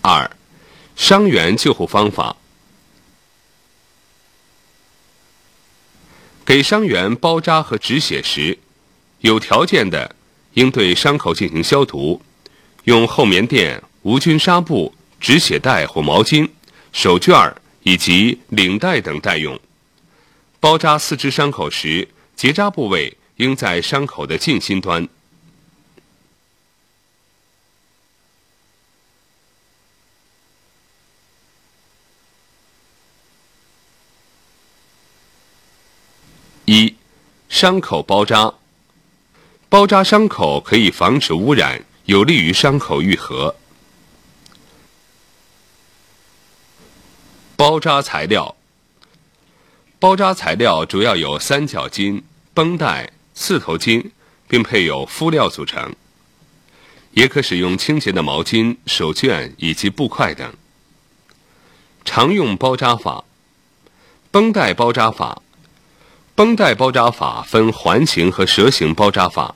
2. 伤员救护方法。给伤员包扎和止血时，有条件的应对伤口进行消毒，用厚棉垫、无菌纱布、止血带或毛巾、手绢以及领带等待用。包扎四肢伤口时，结扎部位应在伤口的近心端。1. 伤口包扎。包扎伤口可以防止污染，有利于伤口愈合。包扎材料。包扎材料主要由三角巾、绷带、刺头巾，并配有敷料组成，也可使用清洁的毛巾、手绢以及布块等。常用包扎法。绷带包扎法。绷带包扎法分环形和蛇形包扎法。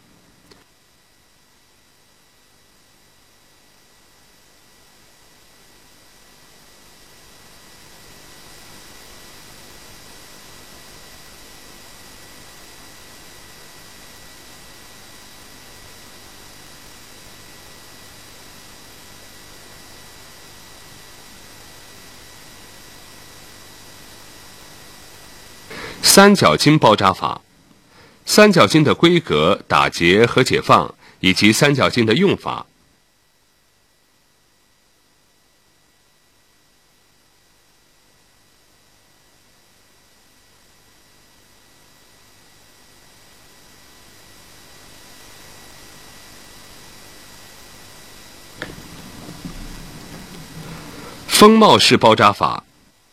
三角巾包扎法。三角巾的规格、打结和解放，以及三角巾的用法。风帽式包扎法。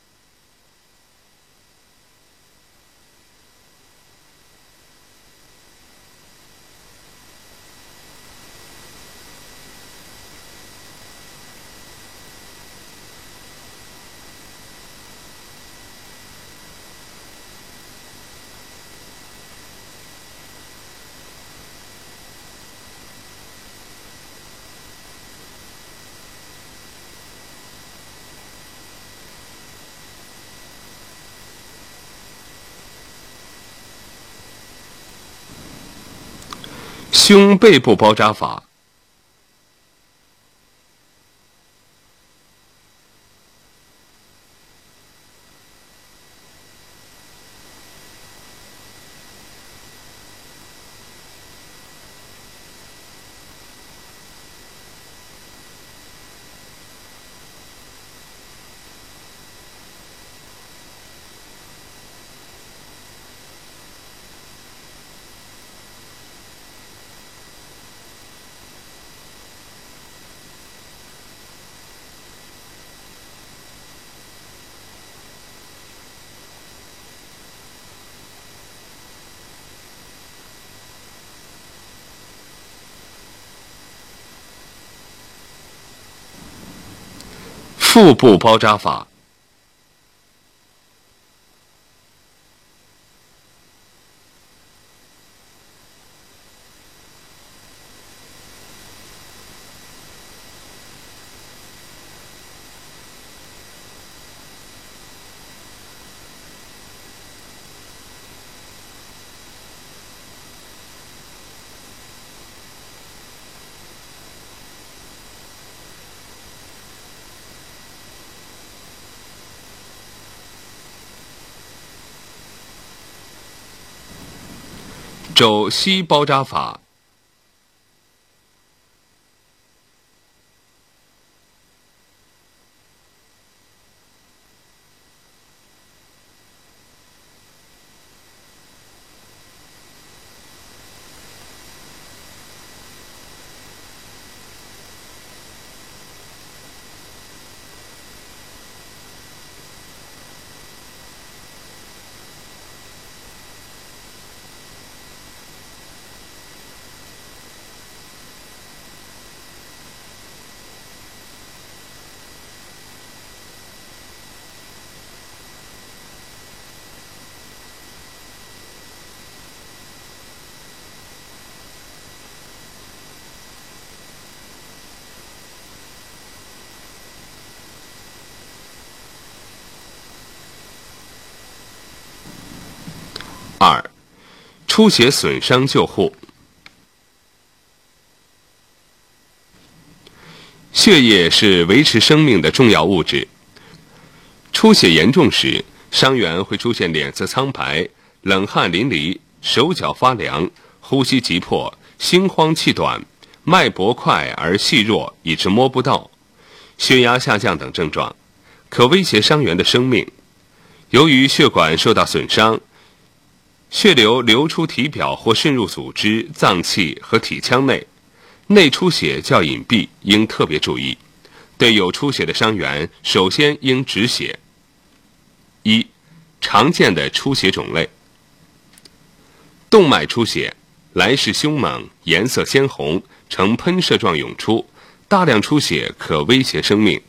胸背部包扎法。腹部包扎法。肘膝包扎法。 2. 出血损伤救护。血液是维持生命的重要物质。出血严重时，伤员会出现脸色苍白、冷汗淋漓、手脚发凉、呼吸急迫、心慌气短、脉搏快而细弱以致摸不到、血压下降等症状，可威胁伤员的生命。由于血管受到损伤，血流流出体表或渗入组织、脏器和体腔内，内出血较隐蔽，应特别注意。对有出血的伤员，首先应止血。1. 常见的出血种类：动脉出血，来势凶猛，颜色鲜红，呈喷射状涌出，大量出血可威胁生命。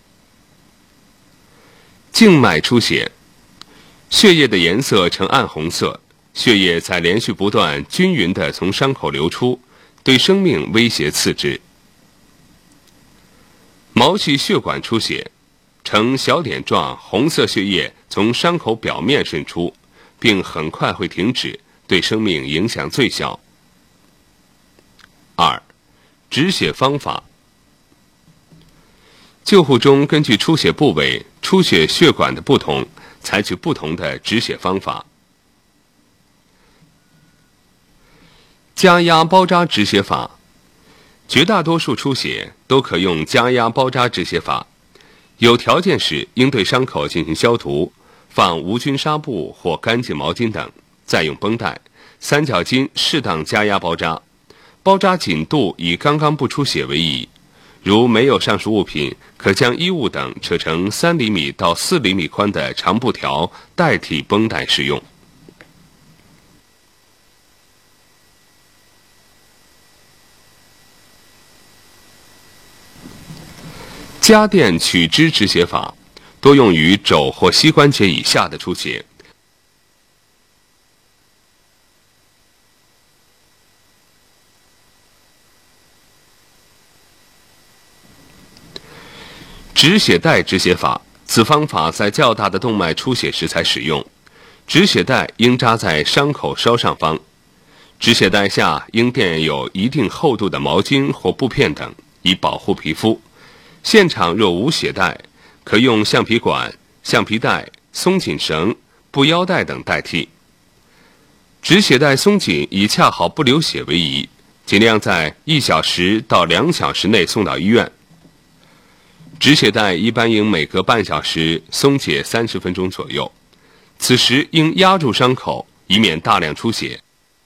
静脉出血，血液的颜色呈暗红色，血液在连续不断、均匀地从伤口流出，对生命威胁次之。毛细血管出血，呈小点状红色血液从伤口表面渗出，并很快会停止，对生命影响最小。2. 止血方法。救护中根据出血部位、出血血管的不同，采取不同的止血方法。加压包扎止血法，绝大多数出血都可用加压包扎止血法，有条件时应对伤口进行消毒，放无菌纱布或干净毛巾等，再用绷带、三角巾适当加压包扎，包扎紧度以刚刚不出血为宜。如没有上述物品，可将衣物等扯成3厘米到4厘米宽的长布条代替绷带使用。夹垫取支止血法多用于肘或膝关节以下的出血。止血带止血法，此方法在较大的动脉出血时才使用。止血带应扎在伤口稍上方，止血带下应垫有一定厚度的毛巾或布片等，以保护皮肤。现场若无血带，可用橡皮管、橡皮带、松紧绳、布腰带等代替。止血带松紧以恰好不流血为宜，尽量在1小时到2小时内送到医院。止血带一般应每隔半小时松解30分钟左右，此时应压住伤口，以免大量出血。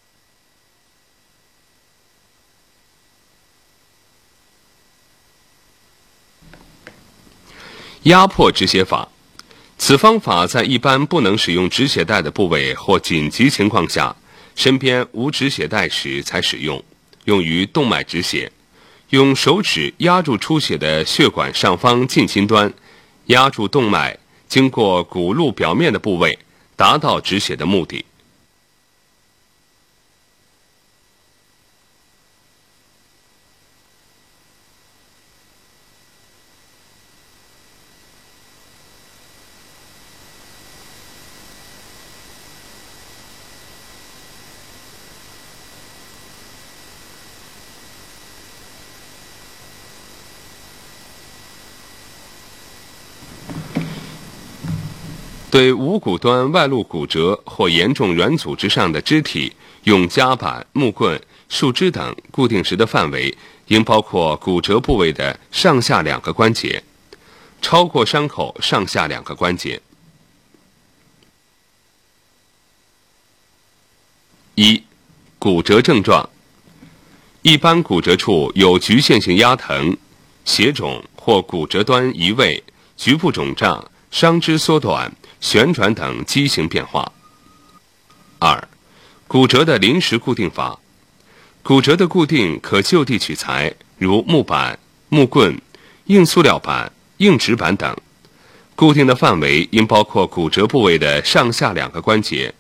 压迫止血法，此方法在一般不能使用止血带的部位或紧急情况下，身边无止血带时才使用，用于动脉止血。用手指压住出血的血管上方近心端，压住动脉经过骨路表面的部位，达到止血的目的。对无骨端外露骨折或严重软组织上的肢体，用夹板、木棍、树枝等固定时的范围，应包括骨折部位的上下2个关节，超过伤口上下2个关节。1. 骨折症状，一般骨折处有局限性压疼、血肿或骨折端移位、局部肿胀、伤肢缩短、旋转等畸形变化。2. 骨折的临时固定法，骨折的固定可就地取材，如木板、木棍、硬塑料板、硬纸板等。固定的范围应包括骨折部位的上下2个关节。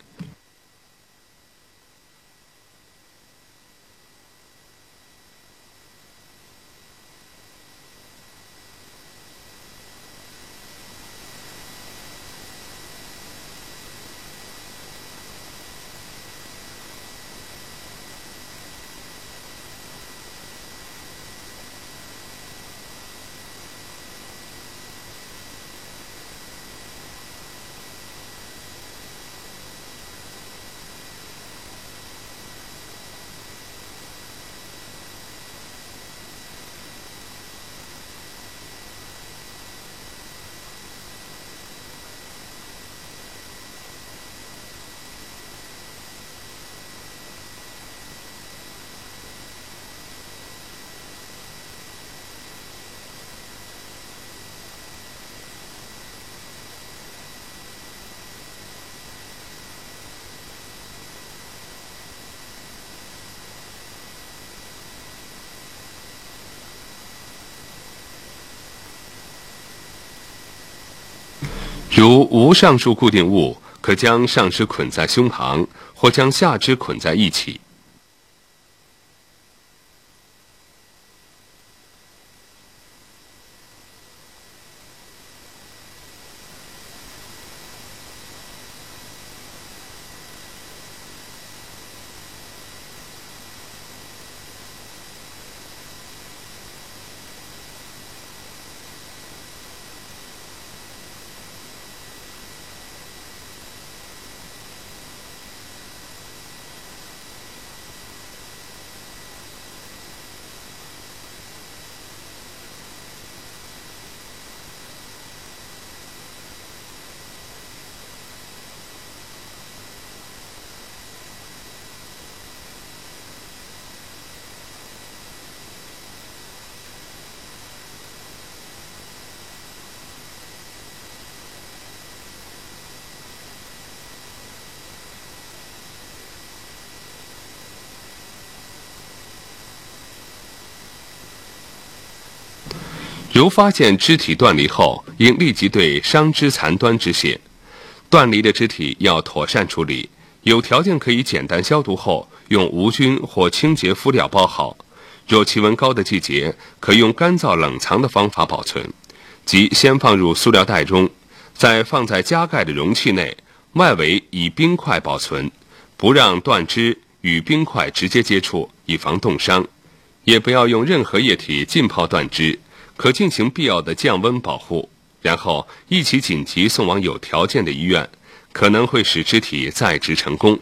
如无上述固定物，可将上肢捆在胸旁，或将下肢捆在一起。如发现肢体断离后，应立即对伤肢残端止血。断离的肢体要妥善处理，有条件可以简单消毒后，用无菌或清洁敷料包好。若气温高的季节，可用干燥冷藏的方法保存，即先放入塑料袋中，再放在加盖的容器内，外围以冰块保存，不让断肢与冰块直接接触，以防冻伤。也不要用任何液体浸泡断肢，可进行必要的降温保护，然后一起紧急送往有条件的医院，可能会使肢体再植成功。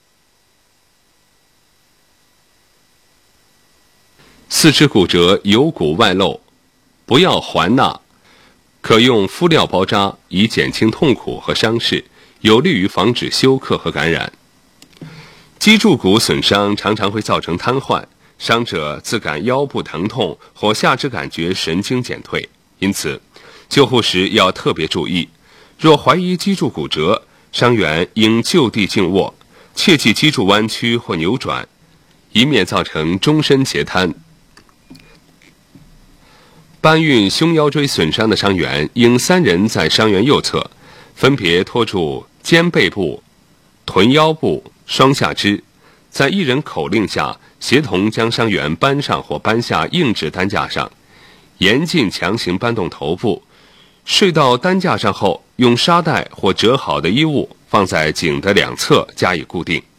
四肢骨折有骨外露，不要环纳，可用敷料包扎，以减轻痛苦和伤势，有利于防止休克和感染。脊柱骨损伤常常会造成瘫痪，伤者自感腰部疼痛或下肢感觉神经减退，因此救护时要特别注意。若怀疑脊柱骨折，伤员应就地静卧，切忌脊柱弯曲或扭转，以免造成终身截瘫。搬运胸腰椎损伤的伤员，应3人在伤员右侧，分别托住肩背部、臀腰部、双下肢，在1人口令下，协同将伤员搬上或搬下硬质担架上，严禁强行搬动头部。睡到担架上后，用沙袋或折好的衣物放在颈的2侧加以固定。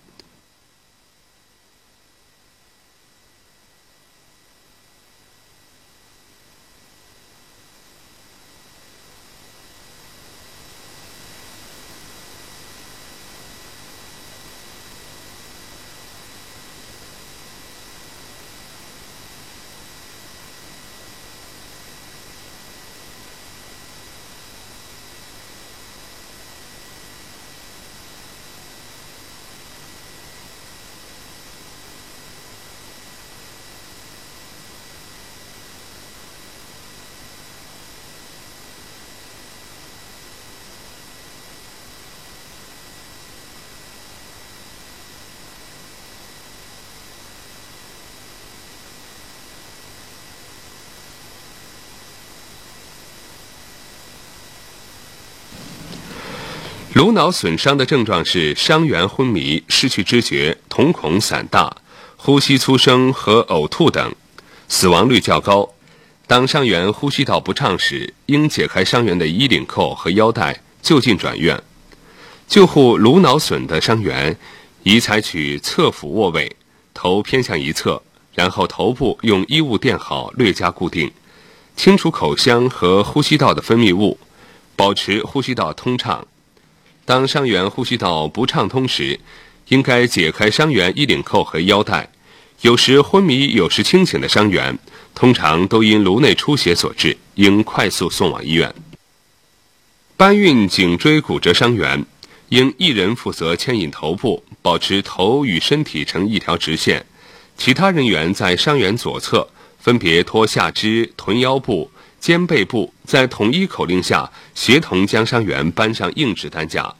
颅脑损伤的症状是伤员昏迷、失去知觉、瞳孔散大、呼吸粗声和呕吐等，死亡率较高。当伤员呼吸道不畅时，应解开伤员的衣领扣和腰带，就近转院。救护颅脑损的伤员，宜采取侧俯卧位，头偏向一侧，然后头部用衣物垫好，略加固定，清除口腔和呼吸道的分泌物，保持呼吸道通畅。当伤员呼吸道不畅通时，应该解开伤员衣领扣和腰带。有时昏迷有时清醒的伤员，通常都因颅内出血所致，应快速送往医院。搬运颈椎骨折伤员，应1人负责牵引头部，保持头与身体成一条直线，其他人员在伤员左侧，分别托下肢、臀腰部、肩背部，在统一口令下，协同将伤员搬上硬质担架。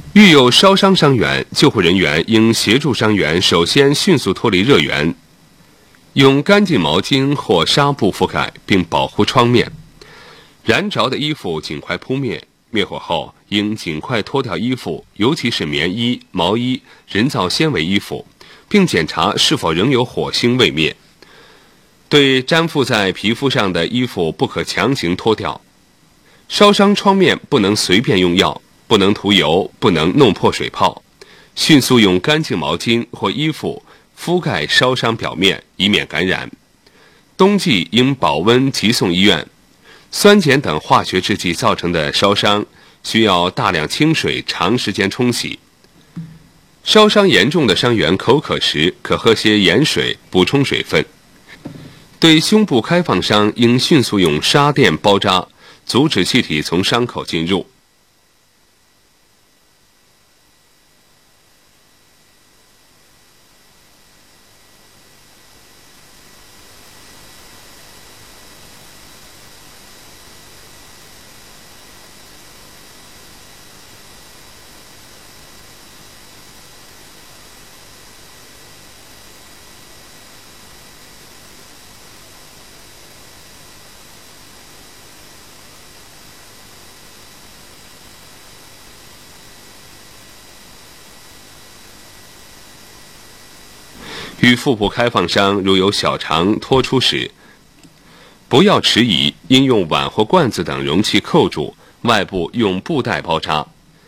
遇有烧伤伤员，救护人员应协助伤员首先迅速脱离热源，用干净毛巾或纱布覆盖并保护创面。燃着的衣服尽快扑灭，灭火后应尽快脱掉衣服，尤其是棉衣、毛衣、人造纤维衣服，并检查是否仍有火星未灭。对粘附在皮肤上的衣服不可强行脱掉。烧伤创面不能随便用药，不能涂油，不能弄破水泡。迅速用干净毛巾或衣服覆盖烧伤表面，以免感染。冬季应保温急送医院。酸碱等化学制剂造成的烧伤需要大量清水长时间冲洗。烧伤严重的伤员口渴时，可喝些盐水补充水分。对胸部开放伤应迅速用纱垫包扎，阻止气体从伤口进入。与腹部开放伤如有小肠脱出时，不要迟疑，应用碗或罐子等容器扣住，外部用布袋包扎。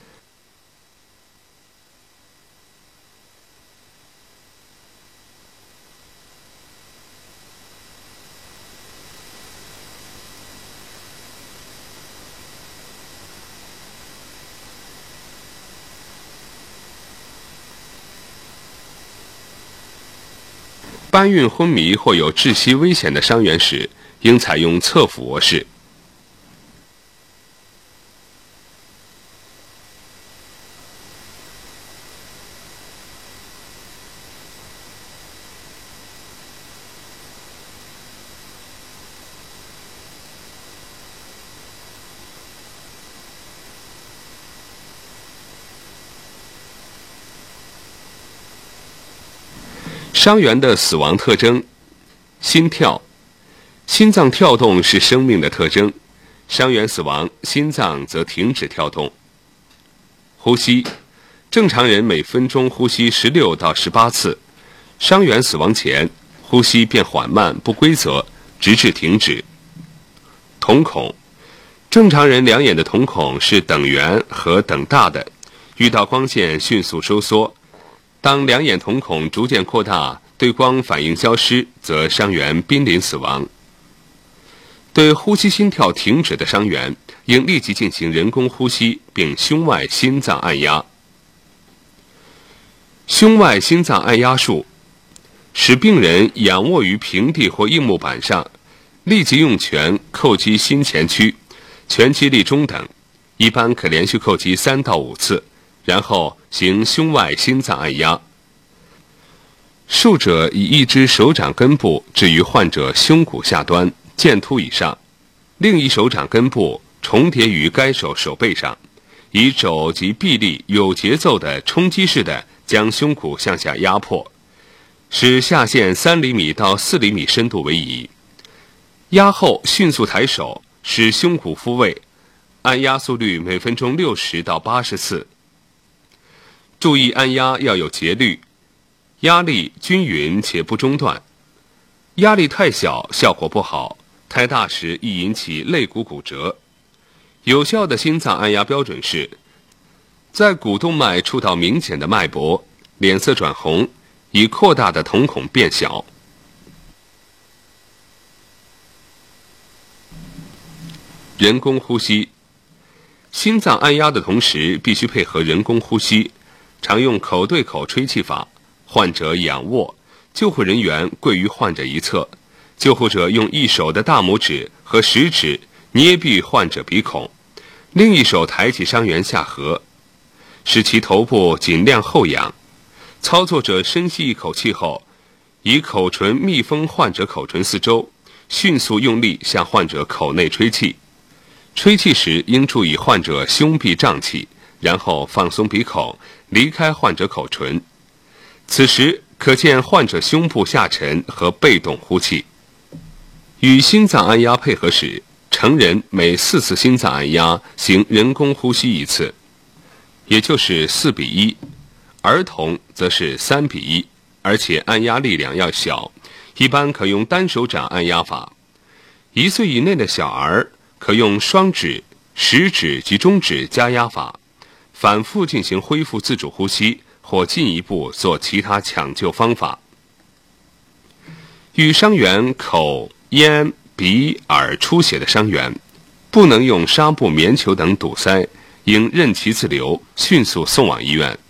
搬运昏迷或有窒息危险的伤员时，应采用侧俯卧式。伤员的死亡特征：心跳，心脏跳动是生命的特征，伤员死亡，心脏则停止跳动。呼吸，正常人每分钟呼吸16到18次，伤员死亡前，呼吸变缓慢不规则，直至停止。瞳孔，正常人两眼的瞳孔是等圆和等大的，遇到光线迅速收缩。当两眼瞳孔逐渐扩大，对光反应消失，则伤员濒临死亡。对呼吸心跳停止的伤员，应立即进行人工呼吸，并胸外心脏按压。胸外心脏按压术，使病人仰卧于平地或硬木板上，立即用拳叩击心前区，拳击力中等，一般可连续叩击3到5次，然后行胸外心脏按压。术者以一只手掌根部置于患者胸骨下端剑突以上，另一手掌根部重叠于该手手背上，以肘及臂力有节奏的冲击式的将胸骨向下压迫，使下陷3厘米到4厘米深度为宜。压后迅速抬手，使胸骨复位，按压速率每分钟60到80次。注意按压要有节律，压力均匀且不中断。压力太小效果不好，太大时易引起肋骨骨折。有效的心脏按压标准是：在股动脉触到明显的脉搏，脸色转红，已扩大的瞳孔变小。人工呼吸，心脏按压的同时必须配合人工呼吸，常用口对口吹气法。患者仰卧，救护人员跪于患者一侧，救护者用一手的大拇指和食指捏闭患者鼻孔，另一手抬起伤员下颌，使其头部尽量后仰。操作者深吸一口气后，以口唇密封患者口唇四周，迅速用力向患者口内吹气。吹气时应注意患者胸壁胀气， 然后放松鼻口，离开患者口唇。此时可见患者胸部下沉和被动呼气。与心脏按压配合时，成人每4次心脏按压行人工呼吸1次，也就是4比1，儿童则是3比1，而且按压力量要小，一般可用单手掌按压法。1岁以内的小儿可用双指、食指及中指加压法，反复进行恢复自主呼吸，或进一步做其他抢救方法。遇伤员口、咽、鼻、耳出血的伤员，不能用纱布、棉球等堵塞，应任其自流，迅速送往医院。